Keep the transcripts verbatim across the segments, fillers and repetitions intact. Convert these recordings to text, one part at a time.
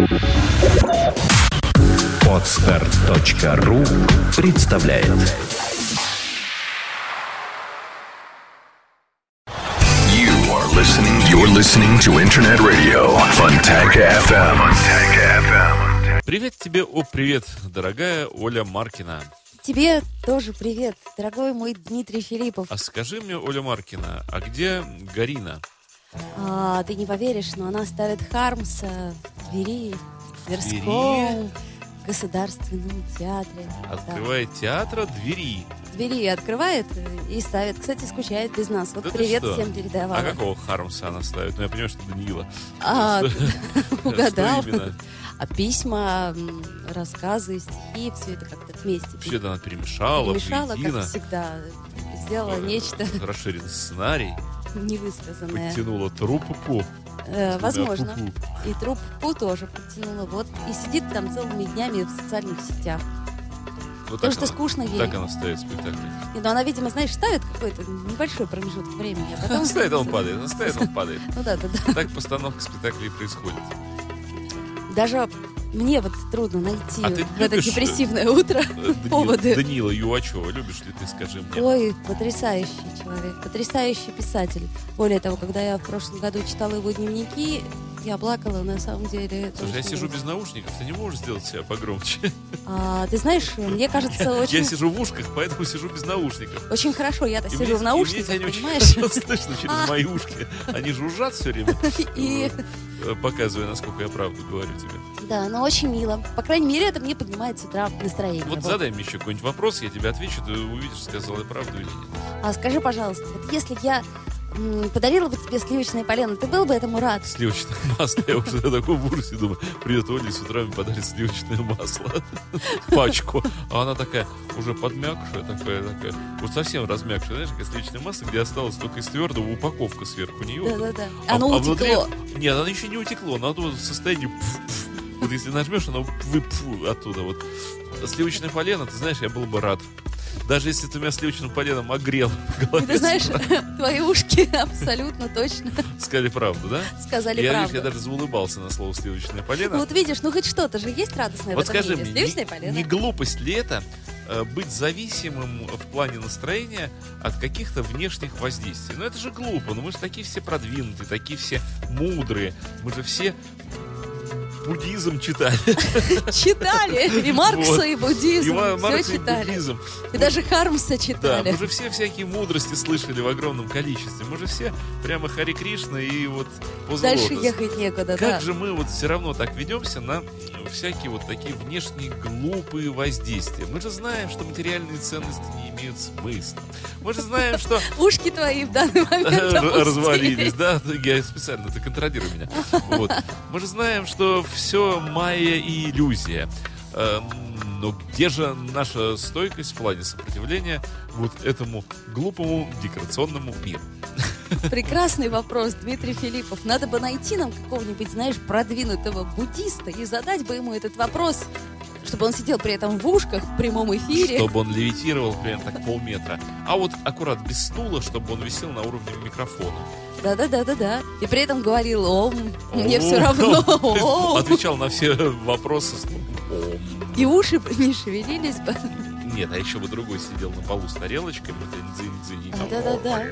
Подстер точка ру представляет. You are listening. You're listening to Internet Radio Fontanka эф эм. Fontanka эф эм. Привет тебе, о, привет, дорогая Оля Маркина. Тебе тоже привет, дорогой мой Дмитрий Филиппов. А скажи мне, Оля Маркина, а где Гарина? А, ты не поверишь, но она ставит Хармса в Твери, в Тверском государственном театре. Открывает да. театра двери. Двери открывает и ставит. Кстати, скучает без нас. Вот да привет всем передавала. А какого Хармса она ставит? Ну, я понимаю, что Даниила. А, угадал. Что а письма, рассказы, стихи, все это как-то вместе. Все это она перемешала, Перемешала, воедино. как всегда. Сделала нечто расширенный сценарий. Невысказанное. Подтянула труппу. Э, возможно. Пу-пу. И труппу тоже подтянула. Вот. И сидит там целыми днями в социальных сетях. Вот Потому что она, скучно ей. Так она ставит спектакль. Нет, ну она, видимо, знаешь, ставит какой-то небольшой промежуток времени. А потом... Ставит, он падает. Он ставит, он падает. Ну да, да, да. Так постановка спектакля и происходит. Даже мне вот трудно найти а ты в это депрессивное утро Данила, поводы. Данила Юачева, любишь ли ты, скажи мне? Ой, потрясающий человек, потрясающий писатель. Более того, когда я в прошлом году читала его дневники, я плакала, на самом деле. Слушай, я сижу без наушников, ты не можешь сделать себя погромче? А, ты знаешь, мне кажется, я, очень... Я сижу в ушках, поэтому сижу без наушников. Очень хорошо, я-то и сижу мне, в наушниках, и мне понимаешь? Очень хорошо слышно через а. мои ушки. Они жужжат все время, и... показывая, насколько я правду говорю тебе. Да, но очень мило. По крайней мере, это мне поднимает с утра настроение. Вот, вот задай мне еще какой-нибудь вопрос, я тебе отвечу, ты увидишь, сказала я правду или нет. А скажи, пожалуйста, вот если я м, подарила бы тебе сливочное полено, ты был бы этому рад? Сливочное масло, я уже такой в ужасе думаю, придет Оля и с утра мне подарит сливочное масло, пачку. А она такая, уже подмякшая, такая, такая, вот совсем размякшая, знаешь, как сливочное масло, где осталось только из твердого упаковка сверху нее. Да-да-да. А, оно а утекло. Внутри... Нет, оно еще не утекло, оно в состоянии... Вот если нажмешь, оно выпу оттуда вот. Сливочное полено, ты знаешь, я был бы рад. Даже если ты меня сливочным поленом огрел в голове. Ты знаешь, твои ушки абсолютно точно сказали правду, да? Сказали я, правду. Я даже заулыбался на слово сливочное полено. Ну вот видишь, ну хоть что-то же есть радостное вот в этом скажи мире. мне, Сливочное не, полено. не глупость ли это э, быть зависимым в плане настроения от каких-то внешних воздействий? Ну это же глупо, ну мы же такие все продвинутые, такие все мудрые, мы же все... Буддизм читали. Читали. И Маркса, вот. И буддизм. И Маркса, все читали. И буддизм. И даже Хармса читали. Да, мы же все всякие мудрости слышали в огромном количестве. Мы же все прямо Хари Кришна и вот поза дальше лотос. Ехать некуда, как да. же мы вот все равно так ведемся на всякие вот такие внешние глупые воздействия. Мы же знаем, что материальные ценности не имеют смысла. Мы же знаем, что... Ушки твои в данный момент развалились, да? Я специально, ты контролируй меня. Вот. Мы же знаем, что все майя и иллюзия. Но где же наша стойкость в плане сопротивления вот этому глупому декорационному миру? Прекрасный вопрос, Дмитрий Филиппов. Надо бы найти нам какого-нибудь, знаешь, продвинутого буддиста и задать бы ему этот вопрос, чтобы он сидел при этом в ушках в прямом эфире. Чтобы он левитировал примерно так полметра. А вот аккурат без стула, чтобы он висел на уровне микрофона. Да-да-да-да-да. И при этом говорил «Ом, мне все равно, ом». Отвечал на все вопросы с «Ом». И уши не шевелились бы. Нет, а еще бы другой сидел на полу с тарелочкой. А, да-да-да.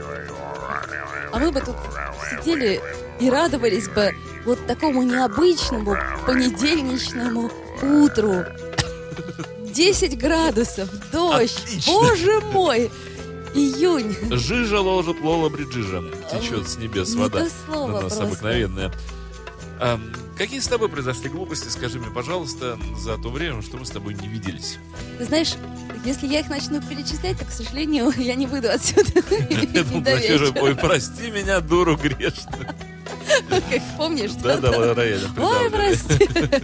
А мы бы тут сидели и радовались бы вот такому необычному понедельничному утру. десять градусов, дождь. Отлично. Боже мой! Июнь. Жижа Лола, Лола Бриджижа. Течет с небес не вода. На нас просто. Обыкновенная. А, какие с тобой произошли глупости, скажи мне, пожалуйста, за то время, что мы с тобой не виделись? Ты знаешь, если я их начну перечислять, то, к сожалению, я не выйду отсюда. Ой, прости меня, дуру грешную. Помнишь? Да, да, Лореля. Ой, прости.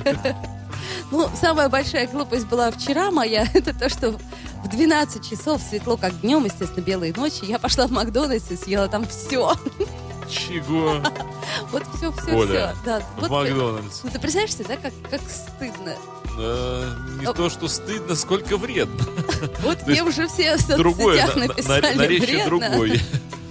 Ну, самая большая глупость была вчера моя, это то, что в двенадцать часов, светло как днем, естественно, белые ночи, я пошла в Макдональдс и съела там все. Чего? Вот все, все, Оля, все. Да. в Вот, Макдональдс. ну, ты представляешь себе, да, как, как стыдно? Э, не О. то, что стыдно, сколько вредно. Вот мне уже все в соцсетях написали наречие вредно. другой.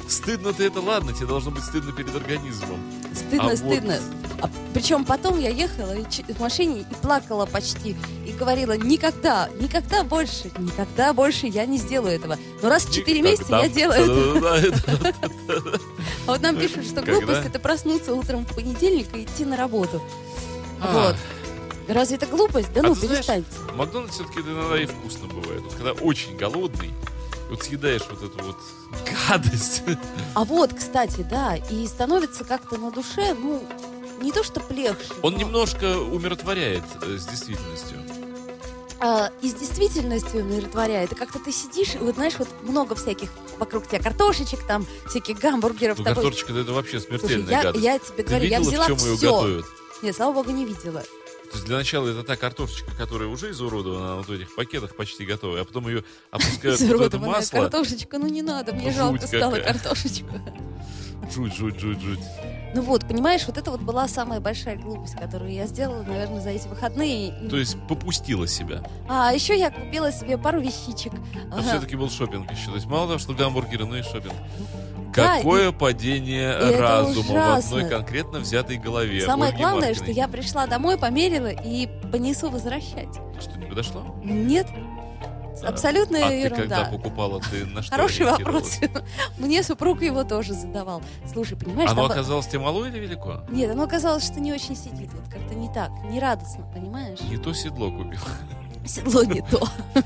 Стыдно-то это ладно, тебе должно быть стыдно перед организмом. Стыдно, А стыдно. А причем потом я ехала и ч- в машине и плакала почти. И говорила, никогда, никогда больше, никогда больше я не сделаю этого. Но раз в четыре месяца я делаю это. А вот нам пишут, что Когда? глупость — это проснуться утром в понедельник и идти на работу. А. Вот. Разве это глупость? Да А ну, ты знаешь, перестаньте. Макдональдс все-таки иногда и вкусно бывает. Вот когда очень голодный, вот съедаешь вот эту вот гадость. А вот, кстати, да, и становится как-то на душе, ну, не то что легче. Он но, немножко умиротворяет э, с действительностью. а, и с действительностью умиротворяет. И как-то ты сидишь, и вот знаешь, вот много всяких вокруг тебя картошечек, там, всяких гамбургеров. Ну, такой. картошечка это вообще Слушай, смертельная я, гадость. я тебе Ты говорю, я видела, взяла в чем ее все. готовят? Нет, слава богу, не видела. То есть для начала это та картошечка, которая уже изуродована, вот в этих пакетах почти готовая, а потом ее опускают в вот это Изуродованная масло. картошечка, ну не надо, мне Жуть жалко стало какая. картошечку. Жуть, жуть, жуть, жуть. Ну вот, понимаешь, вот это вот была самая большая глупость, которую я сделала, наверное, за эти выходные. То есть попустила себя. А еще я купила себе пару вещичек. Но Ага. все-таки был шопинг еще. То есть мало того, что гамбургеры, но и шопинг. Да, Какое и- падение и это разума в ужасно. одной конкретно взятой голове. Самое Ольги главное, Маркиной. что я пришла домой, померила и понесу возвращать. Что, не подошло? Нет, А, абсолютная а ты когда ерунда. покупала, ты на что Хороший вопрос. ориентировалась? Мне супруг его тоже задавал. Слушай, понимаешь, Оно там- оказалось тебе мало или велико? Нет, оно оказалось, что не очень сидит. Вот как-то не так, не радостно, понимаешь? Не то седло купил. Седло не то.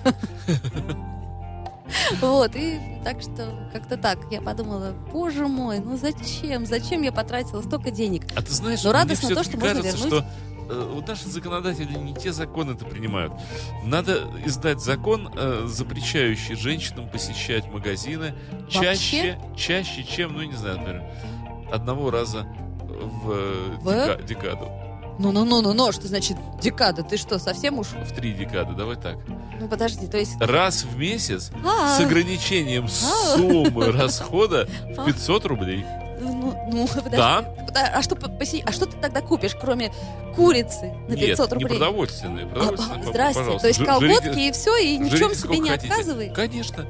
Вот, и так что как-то так. Я подумала, боже мой, ну зачем? Зачем я потратила столько денег? А ты знаешь, Но мне радостно то, все-таки что можно кажется, вернуть. что э, вот наши законодатели не те законы-то принимают. Надо издать закон, э, запрещающий женщинам посещать магазины чаще, чаще, чем, ну не знаю, например, одного раза в, э, В? дека- декаду. Ну-ну-ну-ну-ну, что значит декада? Ты что, совсем уж? В три декады, давай так. Ну подожди, то есть... Раз в месяц А, с ограничением суммы расхода в пятьсот рублей. Ну, ну, подожди. Да. Пода- А что, по- поси- а что ты тогда купишь, кроме курицы на пятьсот Нет, не рублей? продовольственные. А, продовольственные, а, п- здрасте, пожалуйста. то есть Ж- колготки жрите- и все, и ни в чем жрите себе сколько не хотите. отказывай? Конечно.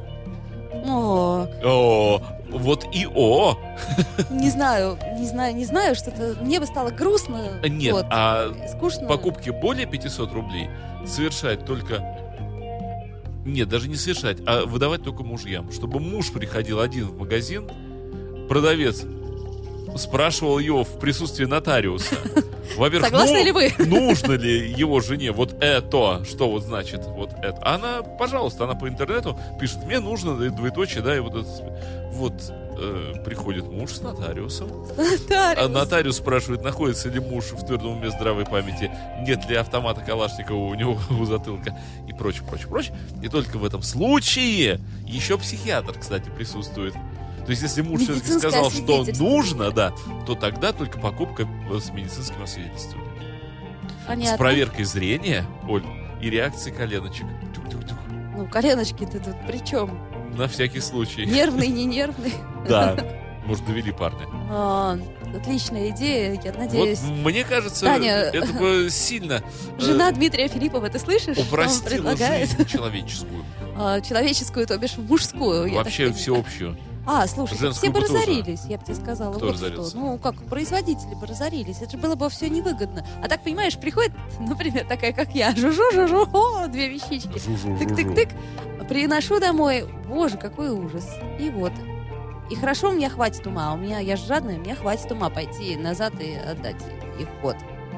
О, О, вот и о. не знаю, не знаю, не знаю, что-то мне бы стало грустно. Нет, вот, а скучно. покупки более пятисот рублей совершать только... Нет, даже не совершать, а выдавать только мужьям. Чтобы муж приходил один в магазин, продавец спрашивал его в присутствии нотариуса. Во-первых, Согласны ну, ли вы? нужно ли его жене вот это, что вот значит вот это. Она, пожалуйста, она по интернету пишет, мне нужно двоеточие, да, и вот это. Вот э, приходит муж с нотариусом. А нотариус спрашивает, находится ли муж в твердом уме здравой памяти, нет ли автомата Калашникова у него у затылка и прочее, прочее, прочее. И только в этом случае еще психиатр, кстати, присутствует. То есть, если муж все-таки Медицинское сказал, что освидетельствование. нужно, да, то тогда только покупка с медицинским освидетельством. Понятно. С проверкой зрения, Оль, и реакции коленочек. Тук-тук-тук. Ну, коленочки-то тут при чем? На всякий случай. Нервный, не нервный? Да. Может, довели парня. А, отличная идея, я надеюсь. Вот мне кажется, Таня. это бы сильно э, Жена Дмитрия Филиппова, ты слышишь? Что он упростило предлагает? жизнь человеческую. А, человеческую, то бишь мужскую. я Вообще так понимаю. всеобщую. А, слушай, Женскую все бы бы тоже. разорились, я бы тебе сказала. Кто вот разорился? что. Ну, как, производители бы разорились. Это же было бы все невыгодно. А так, понимаешь, приходит, например, такая, как я, жужу-жужу, о, две вещички. Жу-жу-жу-жу. Тык-тык-тык. Приношу домой. Боже, какой ужас. И вот. И хорошо, у меня хватит ума. У меня, я же жадная, у меня хватит ума пойти назад и отдать их вот.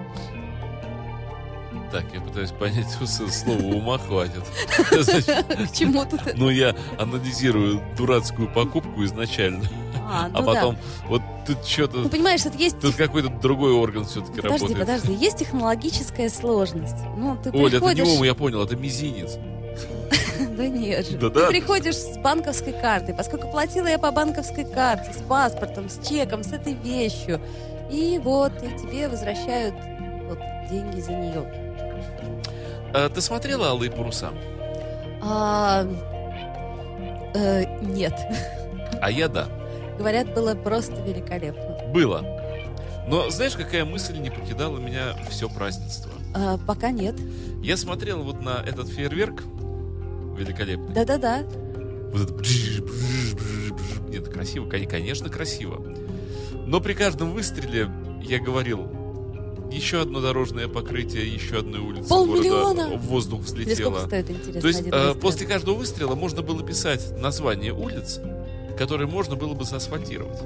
Так, я пытаюсь понять, с- слова ума хватит. Значит, К чему тут это? ну, я анализирую дурацкую покупку изначально, А, ну а да. потом вот тут что-то... Ну, понимаешь, тут есть... Тут какой-то другой орган все-таки Подожди, работает. подожди, есть технологическая сложность. Ну, ты Оля, это приходишь... не ум, я понял, это мизинец. Да нет же. Да-да. Ты приходишь с банковской картой, поскольку платила я по банковской карте, с паспортом, с чеком, с этой вещью. И вот, и тебе возвращают вот, деньги за нее. А, ты смотрела «Алые паруса»? А, э, нет. А я да. Говорят, было просто великолепно. Было. Но знаешь, какая мысль не покидала меня все празднество? А, пока нет. Я смотрел вот на этот фейерверк великолепный. Да-да-да. Вот это бжж, бжж, бжж, бжж. Нет, красиво, конечно, красиво. Но при каждом выстреле я говорил, еще одно дорожное покрытие, еще одной улицы города в воздух взлетело. Сколько стоит, интересно, То есть один э, выстрел? после каждого выстрела можно было писать название улиц, которые можно было бы заасфальтировать.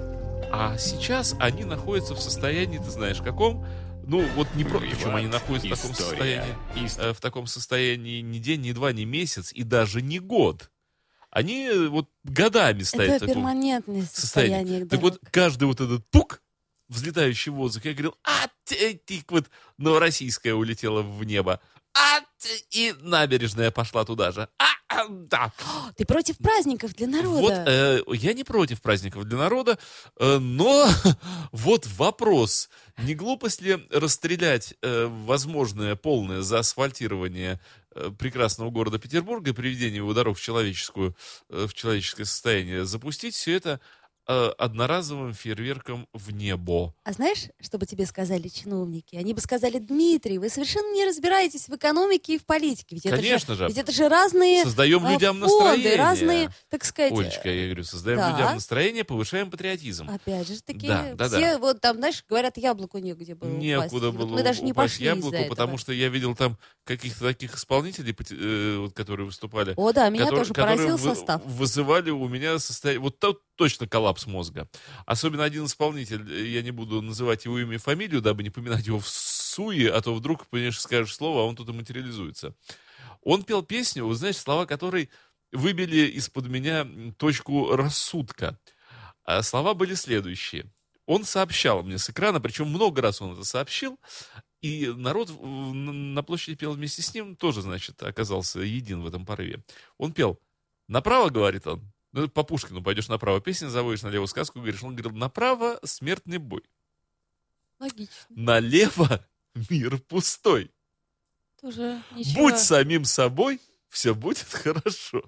А сейчас они находятся в состоянии, ты знаешь, каком? Ну, вот не про... Причем они находятся в таком состоянии, э, в таком состоянии ни день, ни два, ни месяц и даже не год. Они вот годами стоят Это в таком перманентное состоянии. состояние. Так вот, каждый вот этот пук, взлетающий в воздух, я говорил, а ты, вот Новороссийская улетела в небо, а и набережная пошла туда же. А, а, да. Ты против праздников для народа. Вот э, я не против праздников для народа, э, но вот вопрос, не глупость ли расстрелять э, возможное полное заасфальтирование э, прекрасного города Петербурга и приведение его дорог в, человеческую, э, в человеческое состояние, запустить все это э, одноразовым фейерверком в небо. А знаешь, что бы тебе сказали чиновники? Они бы сказали: Дмитрий, вы совершенно не разбираетесь в экономике и в политике. Ведь Конечно это же, же. Ведь это же разные Создаем а, людям фонды, настроение. разные, так сказать... Олечка, я говорю, создаем да. людям настроение, повышаем патриотизм. Опять же таки, Да, да, все да. вот там, знаешь, говорят, яблоку негде было Некуда упасть. было Вот мы даже не упасть пошли яблоку, из-за потому этого. что я видел там каких-то таких исполнителей, э, вот, которые выступали. О, да, меня которые, тоже которые поразил вы- состав. вызывали у меня состояние... Вот тут точно коллапс мозга. Особенно один исполнитель, я не буду называть его имя и фамилию, дабы не поминать его в суе, а то вдруг, понимаешь, скажешь слово, а он тут и материализуется. Он пел песню, вы знаете, слова которой выбили из-под меня точку рассудка. А слова были следующие. Он сообщал мне с экрана, причем много раз он это сообщил, и народ в- на площади пел вместе с ним, тоже, значит, оказался един в этом порыве. Он пел: направо, говорит он, ну, по Пушкину пойдешь направо, песню заводишь, налево сказку говоришь. Он говорил: направо смертный бой, Логично. налево мир пустой. Тоже ничего. Будь самим собой, все будет хорошо.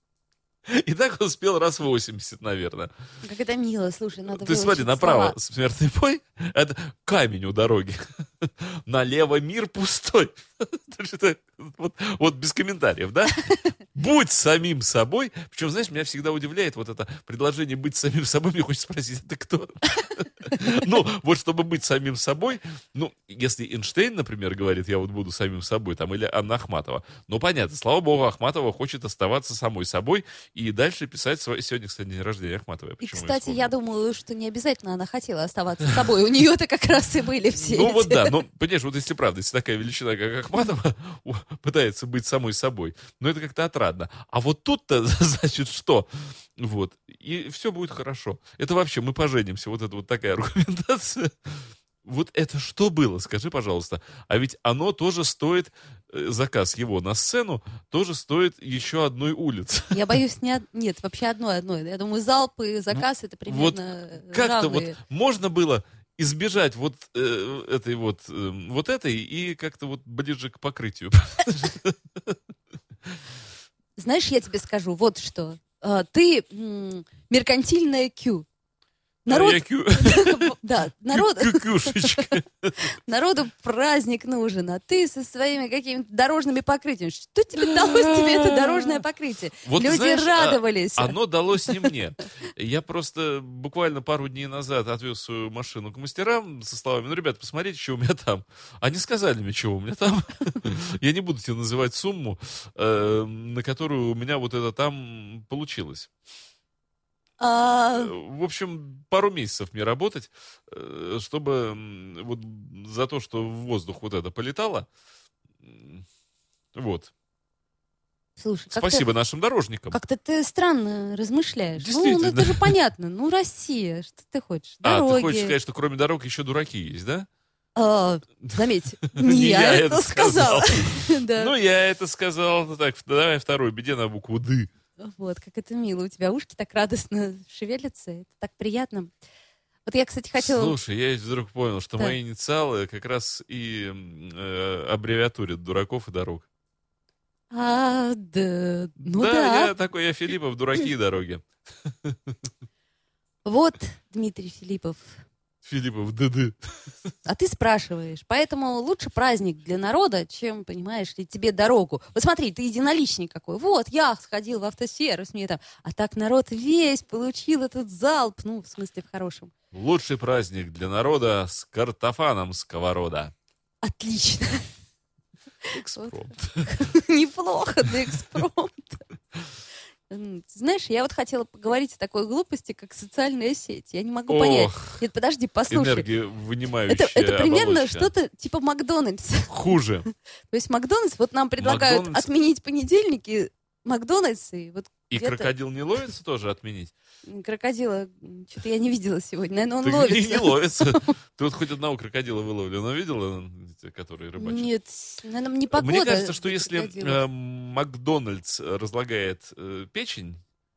И так он спел раз восемьдесят, наверное. Как это мило, слушай, надо Ты смотри, выучить направо слова. смертный бой, это камень у дороги. Налево мир пустой. Это Вот, вот без комментариев, да? Будь самим собой. Причем, знаешь, меня всегда удивляет вот это предложение быть самим собой. Мне хочется спросить, это кто? Ну, вот чтобы быть самим собой, ну, если Эйнштейн, например, говорит, я вот буду самим собой, там, или Анна Ахматова, ну, понятно, слава богу, Ахматова хочет оставаться самой собой и дальше писать свой... Сегодня, кстати, день рождения Ахматовой. И, Почему кстати, вспомнил? я думаю, что не обязательно она хотела оставаться собой. У нее-то как раз и были все Ну эти- вот да, ну, понимаешь, вот если правда, если такая величина, как Ахматова, у- пытается быть самой собой, ну это как-то отрадно. А вот тут-то, значит, что? Вот. И все будет хорошо. Это вообще, мы поженимся. Вот это вот такая аргументация. Вот это что было, скажи, пожалуйста. А ведь оно тоже стоит, э, заказ его на сцену, тоже стоит еще одной улицы. Я боюсь, не од- нет, вообще одно одно. Я думаю, залп и заказ это Вот примерно как-то вот равные. можно было избежать вот э, этой вот, э, вот этой и как-то вот ближе к покрытию. Знаешь, я тебе скажу вот что. А, Ты м, меркантильная Q. Народ, Я кю- да, народ, Кюкюшечка. народу праздник нужен, а ты со своими какими-то дорожными покрытиями. Что тебе далось тебе это дорожное покрытие? Вот, Люди знаешь, а, радовались. Оно далось не мне. Я просто буквально пару дней назад отвез свою машину к мастерам со словами: ну, ребят, посмотрите, что у меня там. Они сказали мне, что у меня там. Я не буду тебе называть сумму, э, на которую у меня вот это там получилось. А, В общем, пару месяцев мне работать, э, чтобы м, вот за то, что в воздух вот это полетало. м, Вот. слушай, как-то- Спасибо нашим дорожникам. Как-то ты странно размышляешь. Ну, Действительно. ну, это же понятно. Ну, Россия, что ты хочешь? А, Дороги. ты хочешь сказать, что кроме дорог еще дураки есть, да? А, заметь, Не не я я это это сказала. Да. Ну, я это сказал. Ну, так, давай второй беде на букву «ды». Вот, как это мило. У тебя ушки так радостно шевелятся. Это так приятно. Вот я, кстати, хотела... Слушай, я вдруг понял, что Да. мои инициалы как раз и м, э, аббревиатурят дураков и дорог. А, да, ну да, да. я такой, я Филиппов, дураки и дороги. Вот, Дмитрий Филиппов, Филиппов ДД. А ты спрашиваешь. Поэтому лучше праздник для народа, чем, понимаешь ли, тебе дорогу. Вот смотри, ты единоличник какой. Вот, я сходил в автосервис, мне там... А так народ весь получил этот залп. Ну, в смысле, в хорошем. Лучший праздник для народа с картофаном сковорода. Отлично. Экспромт. Неплохо для экспромта. Знаешь, я вот хотела поговорить о такой глупости, как социальная сеть. Я не могу Ох, понять. Нет, подожди, послушай. Энергия, вынимающая Это, это примерно оболочка. что-то типа Макдональдса. Хуже. То есть Макдональдс, вот нам предлагают Макдональдс- отменить понедельники, Макдональдс, и вот И где-то крокодил не ловится тоже отменить? крокодила, что-то я не видела сегодня. Наверное, он Так ловится. и не ловится. Ты вот хоть одного крокодила выловлена видела, те, которые рыбачат? Нет, наверное, не погода. Мне кажется, что для если крокодилов. э, Макдональдс разлагает э, печень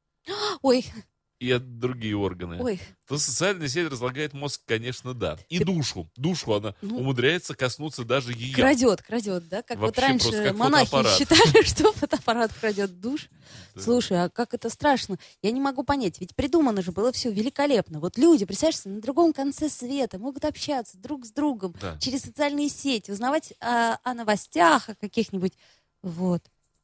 Ой, и от- другие органы, ой, то социальная сеть разлагает мозг, конечно, да. И душу. Душу она Ну, умудряется коснуться даже ее. крадет, крадет, да? Как вот Вообще просто раньше как монахи фотоаппарат. считали, что фотоаппарат крадет душ. Да. Слушай, а как это страшно? Я не могу понять, ведь придумано же было все великолепно. Вот люди, представляешь, на другом конце света могут общаться друг с другом Да. через социальные сети, узнавать о, о новостях, о каких-нибудь... Вот.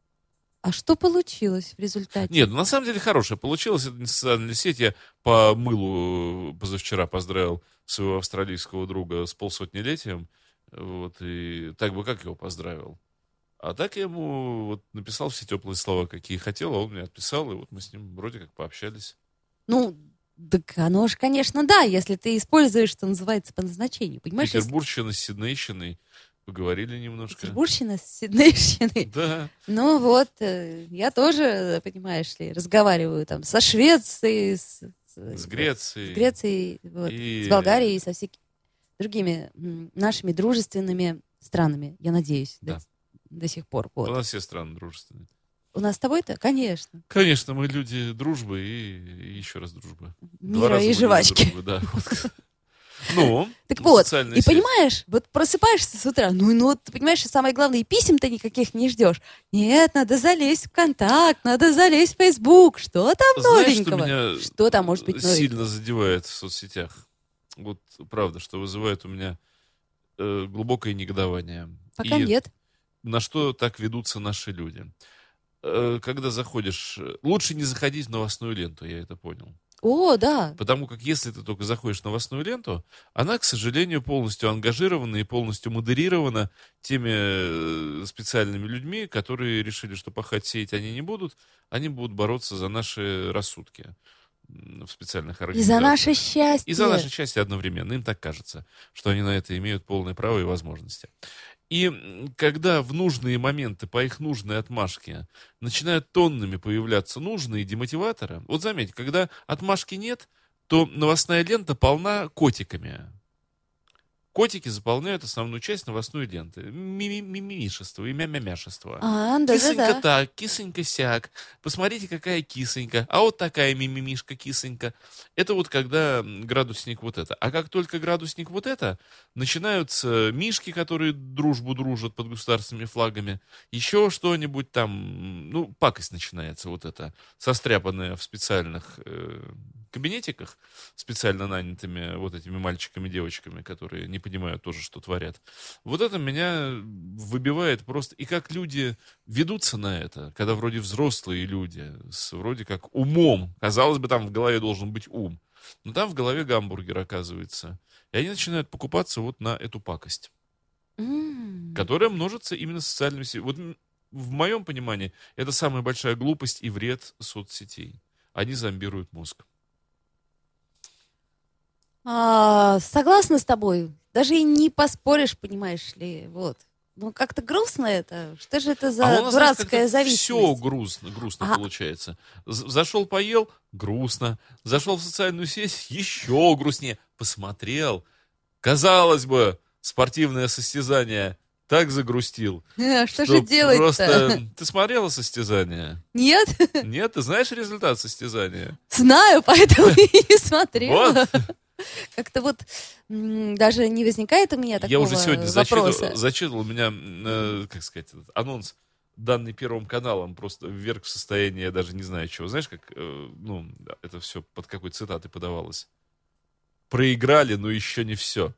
А что получилось в результате? Нет, ну, на самом деле хорошая получилась. Это не социальная сеть. Я по мылу э, позавчера поздравил своего австралийского друга с полсотнилетием. Вот, и так бы как его поздравил? А так я ему вот написал все теплые слова, какие хотел, а он мне отписал, и вот мы с ним вроде как пообщались. Ну, так оно же, конечно, да, если ты используешь, что называется, по назначению. Понимаешь, если Петербургщина с Сиднейщиной поговорили немножко. Петербургщина с Сиднейщиной. Да. Ну вот, э, я тоже, понимаешь ли, разговариваю там со Швецией, с, С Грецией. с Грецией, вот, И- с Болгарией, со всякими другими м, нашими дружественными странами, я надеюсь, до, Да. до сих пор. У Вот. нас все страны дружественные. У нас с тобой-то, конечно, Конечно, мы люди дружбы и, и еще раз дружбы. Два мира раза мы и люди жвачки. дружбы, да. Вот. Ну, Так вот, социальная и сеть. понимаешь, вот просыпаешься с утра, ну, ну, ты понимаешь, и самое главное, и писем-то никаких не ждешь. Нет, надо залезть в ВКонтакт, надо залезть в Фейсбук, что там Знаешь, что новенького? меня Что там может быть новенького? сильно задевает в соцсетях? Вот правда, что вызывает у меня э, глубокое негодование. Пока И нет. на что так ведутся наши люди? Э, когда заходишь... э, Лучше не заходить в новостную ленту, я это понял. О, да. Потому как если ты только заходишь в новостную ленту, она, к сожалению, полностью ангажирована и полностью модерирована теми э, специальными людьми, которые решили, что пахать сеять они не будут, они будут бороться за наши рассудки м, в специальных И организациях. за наше счастье. И за наше счастье одновременно. Им так кажется, что они на это имеют полное право и возможности. И м, когда в нужные моменты, по их нужной отмашке, начинают тоннами появляться нужные демотиваторы, вот заметь, когда отмашки нет, то новостная лента полна котиками. Котики заполняют основную часть новостной ленты. Мимимишество и мя-мя-мяшество. А, Кисонька да-да-да. так, кисонька сяк. Посмотрите, какая кисонька. А вот такая мимимишка кисонька. Это вот когда м, градусник вот это. А как только градусник вот это, начинаются мишки, которые дружбу дружат под государственными флагами. Еще что-нибудь там. м, Ну, пакость начинается вот это. Состряпанная в специальных э, кабинетиках, специально нанятыми вот этими мальчиками, девочками, которые не понимают тоже, что творят. Вот это меня выбивает просто. И как люди ведутся на это, когда вроде взрослые люди, с вроде как умом. Казалось бы, там в голове должен быть ум. Но там в голове гамбургер, оказывается. И они начинают покупаться вот на эту пакость, М. которая множится именно социальными сетями. Вот м, в моем понимании это самая большая глупость и вред соцсетей. Они зомбируют мозг. А, согласна с тобой. Даже и не поспоришь, понимаешь ли. Вот. Ну, как-то грустно это. Что же это за А у нас, знаешь, дурацкая как-то зависимость? все грустно, грустно А- получается. З- Зашел, поел, грустно. Зашел в социальную сеть, еще грустнее. Посмотрел. Казалось бы, спортивное состязание. Так загрустил. А, что же делать-то? Просто... Ты смотрела состязание? Нет? Нет? Ты знаешь результат состязания? Знаю, поэтому и не смотрела. Вот. Как-то вот м, даже не возникает у меня такого Я уже сегодня вопроса. зачитывал, зачитывал у меня, э, как сказать, этот анонс, данный Первым каналом, просто вверх в состояние, я даже не знаю чего. Знаешь, как, э, ну, это все под какой цитатой подавалось? проиграли, но еще не все.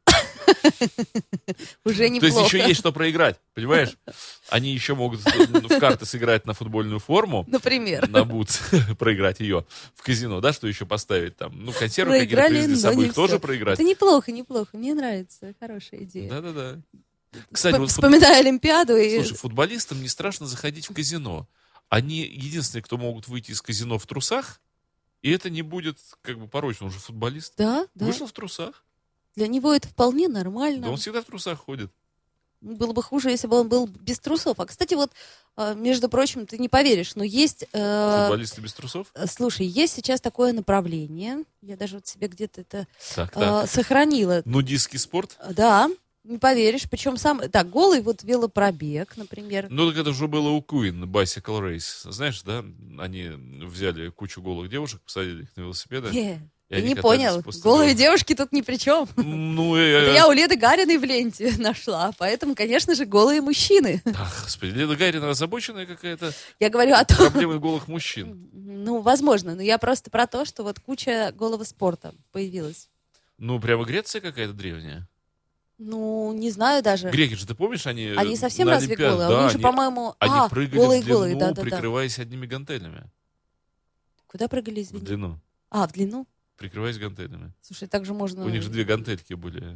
Уже неплохо. То есть еще есть что проиграть, понимаешь? Они еще могут в карты сыграть на футбольную форму. Например. На бутс, проиграть ее в казино, да, что еще поставить там? Ну, консервы какие-то Проиграли, привезли с но собой, не их тоже всё. проиграть. Это неплохо, неплохо. Мне нравится. Хорошая идея. Да-да-да. Кстати, Вспом- вот фут- Вспоминая Олимпиаду и... слушай, футболистам не страшно заходить в казино. Они единственные, кто могут выйти из казино в трусах, и это не будет как бы порочно. Он же футболист. Да, да. Вышел в трусах. Для него это вполне нормально. Да он всегда в трусах ходит. Было бы хуже, если бы он был без трусов. А, кстати, вот, э, между прочим, ты не поверишь, но есть... э, Футболисты без трусов? э, Слушай, есть сейчас такое направление. Я даже вот себе где-то это Так, э, так. сохранила. Нудистский спорт? Да, не поверишь. Причем сам... Так, голый вот велопробег, например. Ну, так это уже было у Queen, Bicycle Race. Знаешь, да? Они взяли кучу голых девушек, посадили их на велосипеды. Э, и Ты они не катались понял. после Голые дороги. девушки тут ни при чем. Ну, э, Это э, я у Леды Гариной в ленте нашла. Поэтому, конечно же, голые мужчины. ах, господи, Леда Гарина озабоченная какая-то Я говорю о том... проблемой голых мужчин. Ну, возможно. Но я просто про то, что вот куча голого спорта появилась. Ну, прямо Греция какая-то древняя. Ну, не знаю даже. Греки же, ты помнишь, они... Они совсем на разве Олимпиаде- голые? Да, У них же, они, по-моему... они а, прыгали голые, в длину, голые, да-да-да. прикрываясь одними гантелями. Куда прыгали, В извини? длину. А, в длину? Прикрываясь гантелями. Слушай, так же можно... У них же две гантельки были.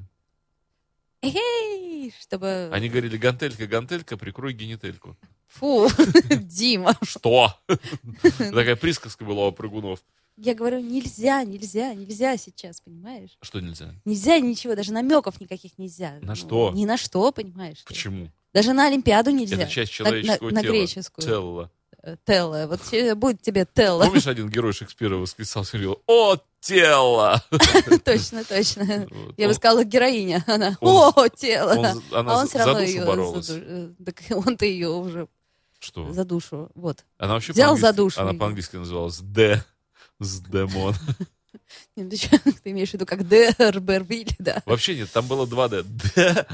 Эй, чтобы... Они говорили, гантелька, гантелька, прикрой генительку. Фу, Дима. Что? Такая присказка была у прыгунов. Я говорю, нельзя, нельзя, нельзя сейчас, понимаешь? Что нельзя? Нельзя ничего, даже намеков никаких нельзя. На Ну, что? Ни на что, понимаешь? ты? Почему? Даже на Олимпиаду нельзя. Это часть На- на- человеческого на тела. греческую. Телла. Э, Телла. Вот че- будет тебе Телла. Помнишь, один герой Шекспира восклицался и говорил: «О, тело!» Точно, точно. Вот. Я бы Он- сказала, героиня. Она, Он- о, тело. он- она А он за- все равно за душу ее... боролась. за ду- э, Так он-то ее уже Что? за душу. Вот. Она вообще взял по-английски- за душу Она её. по-английски называлась «Д». С демон. Нет, ты, чё, ты имеешь в виду как Дербервиль, да? Вообще нет, там было два Д. Д,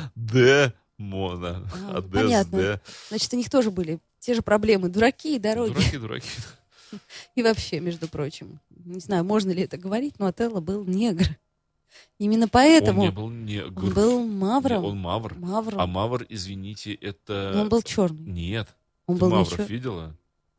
демона. А, А Д с понятно. Д. Значит, у них тоже были те же проблемы. Дураки и дороги. Дураки, дураки. И вообще, между прочим. Не знаю, можно ли это говорить, но Отелло был негр. Именно поэтому Он не был негр. он был мавром. Не, Он мавр. Мавром. А мавр, извините, это... Но он был черный. Нет. Он Ты был не мавров чер- видела?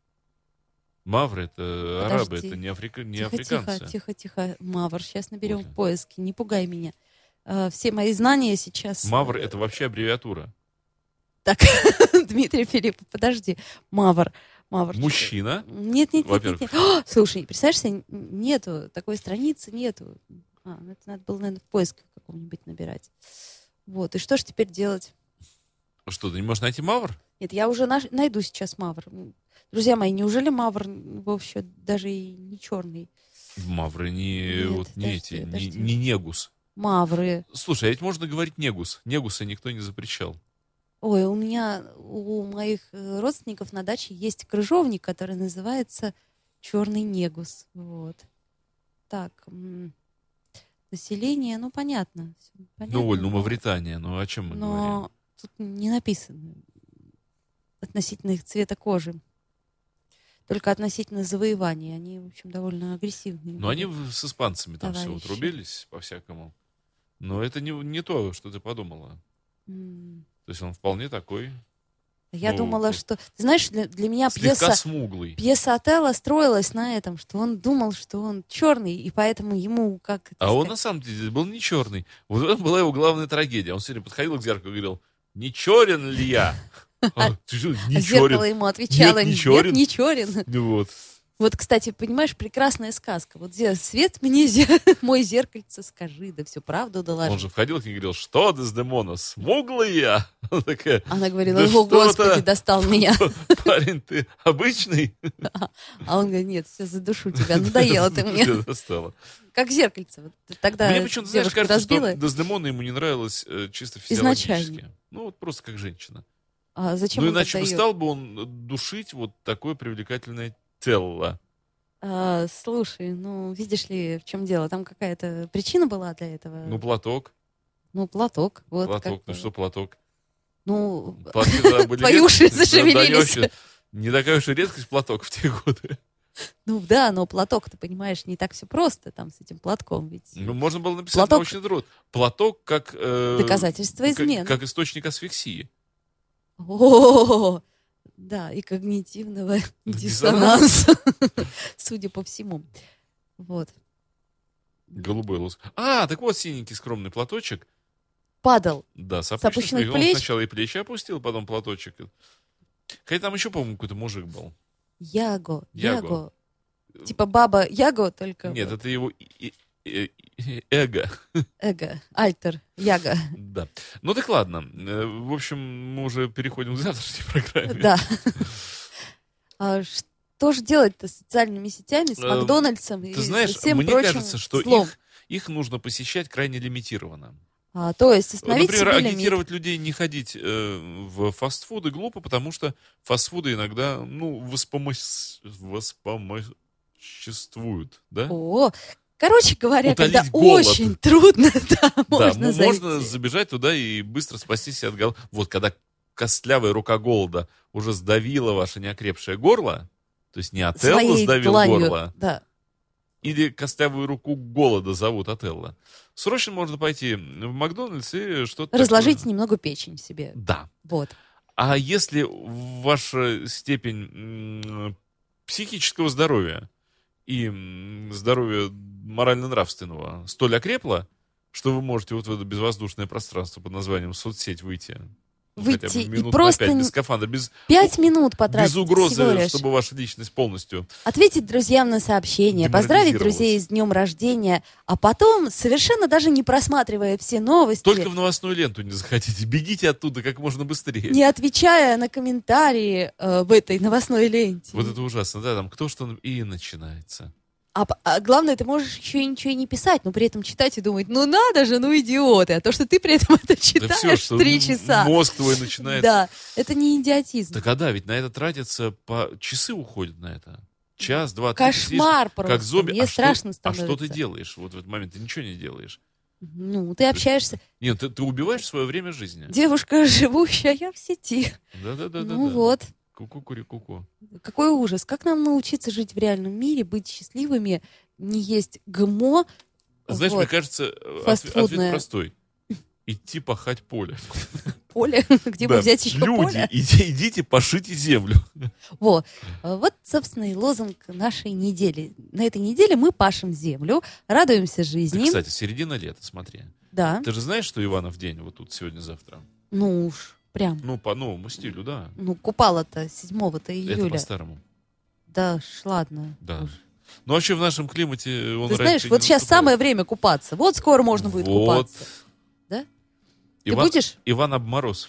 Мавры — это арабы, Подожди. это не, африка... не Тихо, африканцы. тихо, тихо, тихо. Мавр. Сейчас наберем Вот. в поиске. Не пугай меня. А, все мои знания сейчас... Мавр — это вообще аббревиатура. Так, Дмитрий Филиппов, подожди. Мавр. Мавр. Мужчина. Нет, нет, нет, Во-первых. нет, нет. О, слушай, представляешь себе, нету такой страницы, нету. А, ну это надо было, наверное, в поиске каком-нибудь набирать. Вот, и что же теперь делать? Что, ты не можешь найти мавр? Нет, я уже наш- найду сейчас мавр. Друзья мои, неужели мавр вообще даже и не черный? Мавры не, Нет, вот, не подожди, эти, не, подожди. не негус. Мавры. Слушай, а ведь можно говорить негус. Негуса никто не запрещал. Ой, у меня, у моих э, родственников на даче есть крыжовник, который называется черный негус. Вот. Так, м, население, ну понятно. всё понятно, Ну, Оль, ну но- Мавритания, ну о чем мы говорим? Но тут не написано относительно их цвета кожи. Только относительно завоевания. Они, в общем, довольно агрессивные. Ну, они были. в- с испанцами там все вот товарищи. рубились по-всякому. Но это не, не то, что ты подумала. М. То есть он вполне такой, Я ну, думала, вот что... Ты знаешь, для, для меня слегка пьеса, смуглый. пьеса Отелло строилась на этом, что он думал, что он черный, и поэтому ему как... это А он на сказать, самом деле был не черный. Вот это была его главная трагедия. Он все время подходил к зеркалу и говорил: «Не черен ли я?» «А, ты что, а не зеркало черен?» ему отвечало, Нет, не нет, черен». не черен. Ну вот. Вот, кстати, понимаешь, прекрасная сказка. Вот зе- свет мне, зе- мой зеркальце, скажи, да всю правду доложи. Он же входил к ней и говорил: «Что, Дездемона, смуглый я?» Она такая: Она говорила: «Да о, что-то, Господи, достал меня. парень, ты обычный?» А он говорит: нет, все, задушу тебя, надоело ты мне. Тебя достало. Как зеркальце. Вот тогда Мне почему-то, знаешь, девушка кажется, разбила. что Дездемона ему не нравилась э, чисто Изначально. физиологически. Ну, вот просто как женщина. А зачем Ну, он иначе тогда бы её- стал бы он душить вот такое привлекательное тело. А, слушай, ну, видишь ли, в чем дело? Там какая-то причина была для этого? Ну, платок. Ну, платок. Вот Платок. как- Ну, что платок? Ну, Платки тогда были твои редкость. уши Да, да, они зашевелились. вообще Не такая уж и редкость платок в те годы. Ну да, но платок, ты понимаешь, не так все просто там с этим платком. Ведь Ну, можно было написать платок... научный труд. Платок как... Э, доказательство измены. Как, как источник асфиксии. О, да, и когнитивного диссонанса, судя по всему. Вот. Голубой лоск. А, так вот синенький скромный платочек. Падал. Да, с С опущенных опущенных плеч. Он плеч. сначала и плечи опустил, потом платочек. Хотя там еще, по-моему, какой-то мужик был. Яго, Яго. Яго. Типа баба Яго, только... Нет, вот. это его и- и- и- эго. Эго, альтер, Яго. Да. Ну так ладно. Э, В общем, мы уже переходим к завтрашней программе. Да. А что же делать-то с социальными сетями, с Эм, Макдональдсом и Ты знаешь, со всем мне прочим кажется, что злом? их, их нужно посещать крайне лимитированно. А, то есть установить Например, себе лимит. агитировать людей не ходить э, в фастфуды глупо, потому что фастфуды иногда, ну, воспомощ... воспомоществуют, да? О, короче говоря, Утолить когда голод. очень трудно, да, Да, можно м- зайти. можно забежать туда и быстро спасти себя от голода. Вот, когда костлявая рука голода уже сдавила ваше неокрепшее горло, то есть не Отелло Своей сдавил дланью, горло, да. или костлявую руку голода зовут Отелло. Срочно можно пойти в Макдональдс и что-то Разложить такое. немного печень себе. Да. Вот. А если ваша степень м, психического здоровья и м, здоровья морально-нравственного столь окрепла, что вы можете вот в это безвоздушное пространство под названием соцсеть выйти, ну, Выйти хотя бы и минут просто на пять, не- без скафандра, без, Пять минут потратить без угрозы, всего лишь. чтобы ваша личность полностью... Ответить друзьям на сообщения, поздравить деморализировалась. друзей с днем рождения, а потом, совершенно даже не просматривая все новости, Только в новостную ленту не захотите. Бегите оттуда как можно быстрее. не отвечая на комментарии э, в этой новостной ленте. Вот это ужасно, да, там кто что и начинается. А, п- а главное, ты можешь еще и ничего и не писать, но при этом читать и думать, ну надо же, ну идиоты. А то, что ты при этом это Да читаешь все, что три м- часа. мозг твой начинает... Да, это не идиотизм. Так а да, ведь на это тратятся по... Часы уходят на это. Час, два, три. ты сидишь Кошмар просто. Как зомби. Мне а страшно что, А становится. что ты делаешь вот в этот момент? Ты ничего не делаешь. Ну, ты общаешься. Нет, ты, ты убиваешь свое время жизни. Девушка, живущая в сети. Да-да-да. Ну вот. Ку-ку-ку-ку-ку. Какой ужас. Как нам научиться жить в реальном мире, быть счастливыми, не есть ГМО? Знаешь, Вот. мне кажется, ответ, Фастфудное. ответ простой. Идти пахать поле. Поле, где бы Да, взять еще люди, поле? иди- идите, пашите землю. Вот. Вот, собственно, и лозунг нашей недели. На этой неделе мы пашем землю, радуемся Так, жизни. кстати, середина лета, смотри. Да. Ты же знаешь, что Иванов день вот тут сегодня-завтра? Ну уж, прям. Ну, по новому стилю, да. Ну, купала-то седьмого-то Это июля. по-старому. Да, ж ладно. Да. Уж. Ну, вообще в нашем климате он Ты раньше знаешь, не вот сейчас наступает. самое время купаться. Вот скоро можно будет Вот. купаться. Да? Ты Иван, будешь? Иван Обмороз.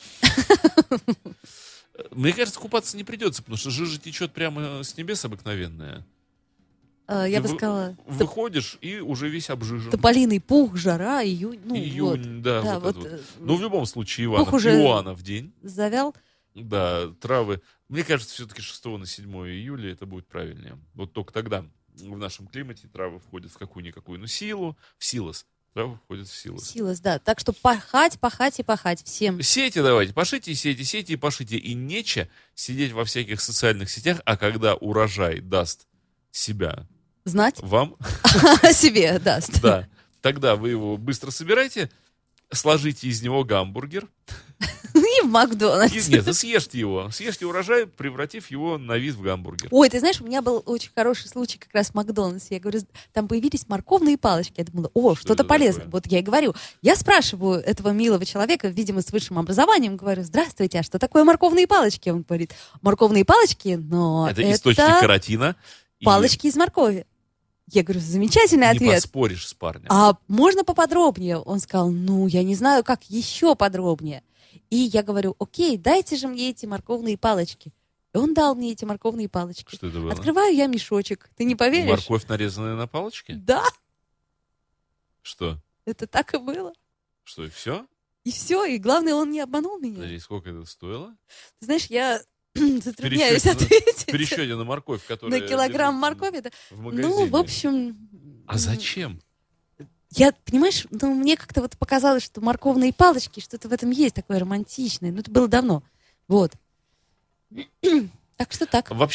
Мне кажется, купаться не придется, потому что жижа течет прямо с небес обыкновенная. А, я Ты бы вы- сказала, Выходишь и уже весь обжижен. тополиный пух, жара, июнь. Ну, Июнь, да, Да, вот, вот, это вот. э, Ну, в любом случае, Иванов, пух уже- Иоаннов день. вот. Завял. Да, травы. Мне кажется, все-таки шестого на седьмое июля это будет правильнее. Вот только тогда в нашем климате травы входят в какую-никакую, ну, силу, в силос. Травы входят в силос. Силос, да. Так что пахать, пахать и пахать всем. Сейте давайте, пошите и сейте, сейте и пошите. И нече сидеть во всяких социальных сетях, а когда урожай даст себя Знать вам, о себе даст. да, тогда вы его быстро собирайте, сложите из него гамбургер. И в Макдональдс. И, нет, съешьте его. Съешьте урожай, превратив его на вид в гамбургер. Ой, ты знаешь, у меня был очень хороший случай как раз в Макдональдсе. Я говорю, там появились морковные палочки. Я думала, о, Что что-то это полезное. такое? Вот я и говорю. Я спрашиваю этого милого человека, видимо, с высшим образованием, говорю, здравствуйте, а что такое морковные палочки? Он говорит, морковные палочки, но Это, это, источник каротина. и палочки из моркови. Я говорю, замечательный не ответ. поспоришь с парнем. А можно поподробнее? Он сказал, ну, я не знаю, как еще подробнее. И я говорю, окей, дайте же мне эти морковные палочки. И он дал мне эти морковные палочки. Что это было? Открываю я мешочек. Ты не поверишь? Морковь, нарезанная на палочке? Да, Что? это так и было. Что, и все? И все, и главное, он не обманул меня. Подожди, сколько это стоило? Ты знаешь, я затрудняюсь Пересчете на- ответить. В пересчете на морковь, которая... На килограмм лежит моркови, да. В магазине. Ну, в общем... А зачем? Я, понимаешь, ну, мне как-то вот показалось, что морковные палочки, что-то в этом есть такое романтичное. Ну, это было давно. Вот. Так что так. Вообще,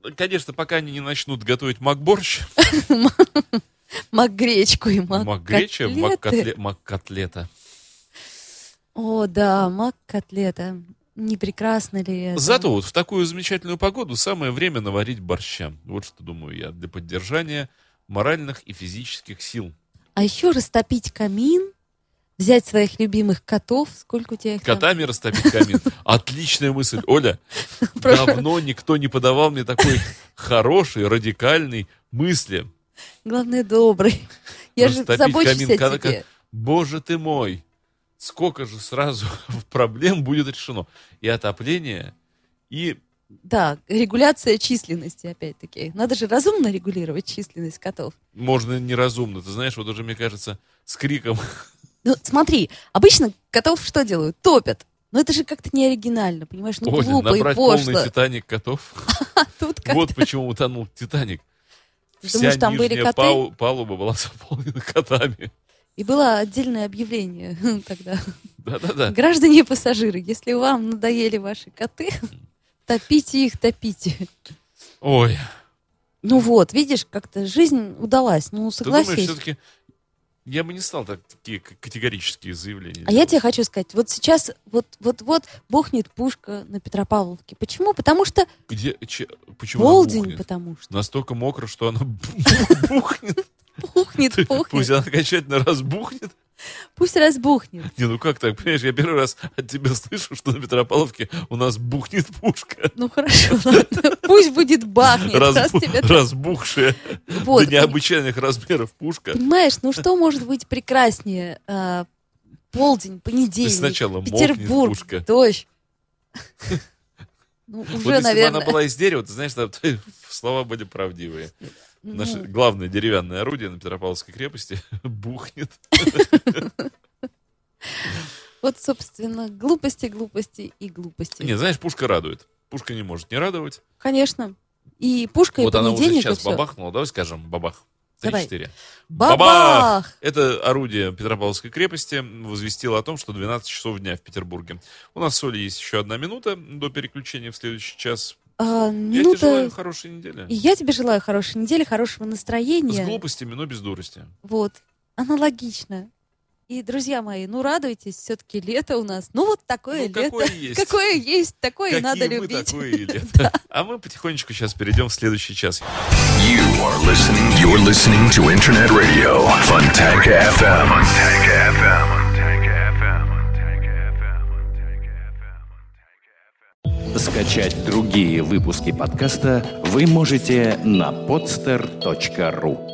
конечно, пока они не начнут готовить мак-борщ. Мак-гречку и мак-котлеты. Мак-греча, мак-котлета. О, да, мак-котлета. Не прекрасно ли это? Зато вот в такую замечательную погоду самое время наварить борща. Вот что думаю я, для поддержания моральных и физических сил. А еще растопить камин, взять своих любимых котов. Сколько у тебя их там? Котами растопить камин. Отличная мысль. Оля, давно никто не подавал мне такой хорошей, радикальной мысли. Главное, добрый. Я же забочусь о тебе. Боже ты мой! Сколько же сразу проблем будет решено. И отопление, и... Да, регуляция численности, опять-таки. Надо же разумно регулировать численность котов. Можно неразумно. Ты знаешь, вот уже, мне кажется, с криком... Ну, смотри, обычно котов что делают? Топят. Но это же как-то не оригинально, понимаешь? Ну, Оля, глупо и набрать пошло. полный «Титаник» котов. Вот почему утонул «Титаник». Вся нижняя палуба была заполнена котами. И было отдельное объявление тогда. Да-да-да. Граждане и пассажиры, если вам надоели ваши коты, топите их, топите. Ой. Ну вот, видишь, как-то жизнь удалась. Ну, согласись. Ты думаешь, все-таки я бы не стал так, такие категорические заявления А делать. Я тебе хочу сказать, вот сейчас вот-вот-вот бухнет пушка на Петропавловке. Почему? Потому что... Где? Че, почему полдень, потому что... Настолько мокро, что она бухнет. Пухнет, пухнет. Пусть она окончательно разбухнет. Пусть разбухнет. Не, ну как так, понимаешь, я первый раз от тебя слышу, что на Петропавловке у нас бухнет пушка. Ну хорошо, ладно. Пусть будет бахнет. Разбу... Разбухшая вот. До необычайных размеров пушка. Понимаешь, ну что может быть прекраснее? А, полдень, понедельник, сначала Петербург, пушка. Дождь. Ну, уже, вот если наверное... бы она была из дерева, ты знаешь, там слова были правдивые. Ну... Наше главное деревянное орудие на Петропавловской крепости бухнет. Вот, собственно, глупости, глупости и глупости. Не, знаешь, пушка радует. Пушка не может не радовать. Конечно. И пушка, и вот понедельник, она уже сейчас и все. бабахнула. Давай скажем бабах. три-четыре. Бабах! Бабах! Это орудие Петропавловской крепости возвестило о том, что двенадцать часов дня в Петербурге. У нас с Олей есть еще одна минута до переключения в следующий час. А, я минута... тебе желаю хорошей недели. И я тебе желаю хорошей недели, хорошего настроения. С глупостями, но без дурости. Вот. Аналогично. И, друзья мои, ну радуйтесь, все-таки лето у нас. Ну вот такое ну, лето. Какое есть. Какое есть, такое Какие и надо мы, любить. Такое и лето. А мы потихонечку сейчас перейдем в следующий час. You are listening, you're listening to Internet Radio, Fontanka эф эм. Fontanka эф эм. Скачать другие выпуски подкаста вы можете на podster точка ру.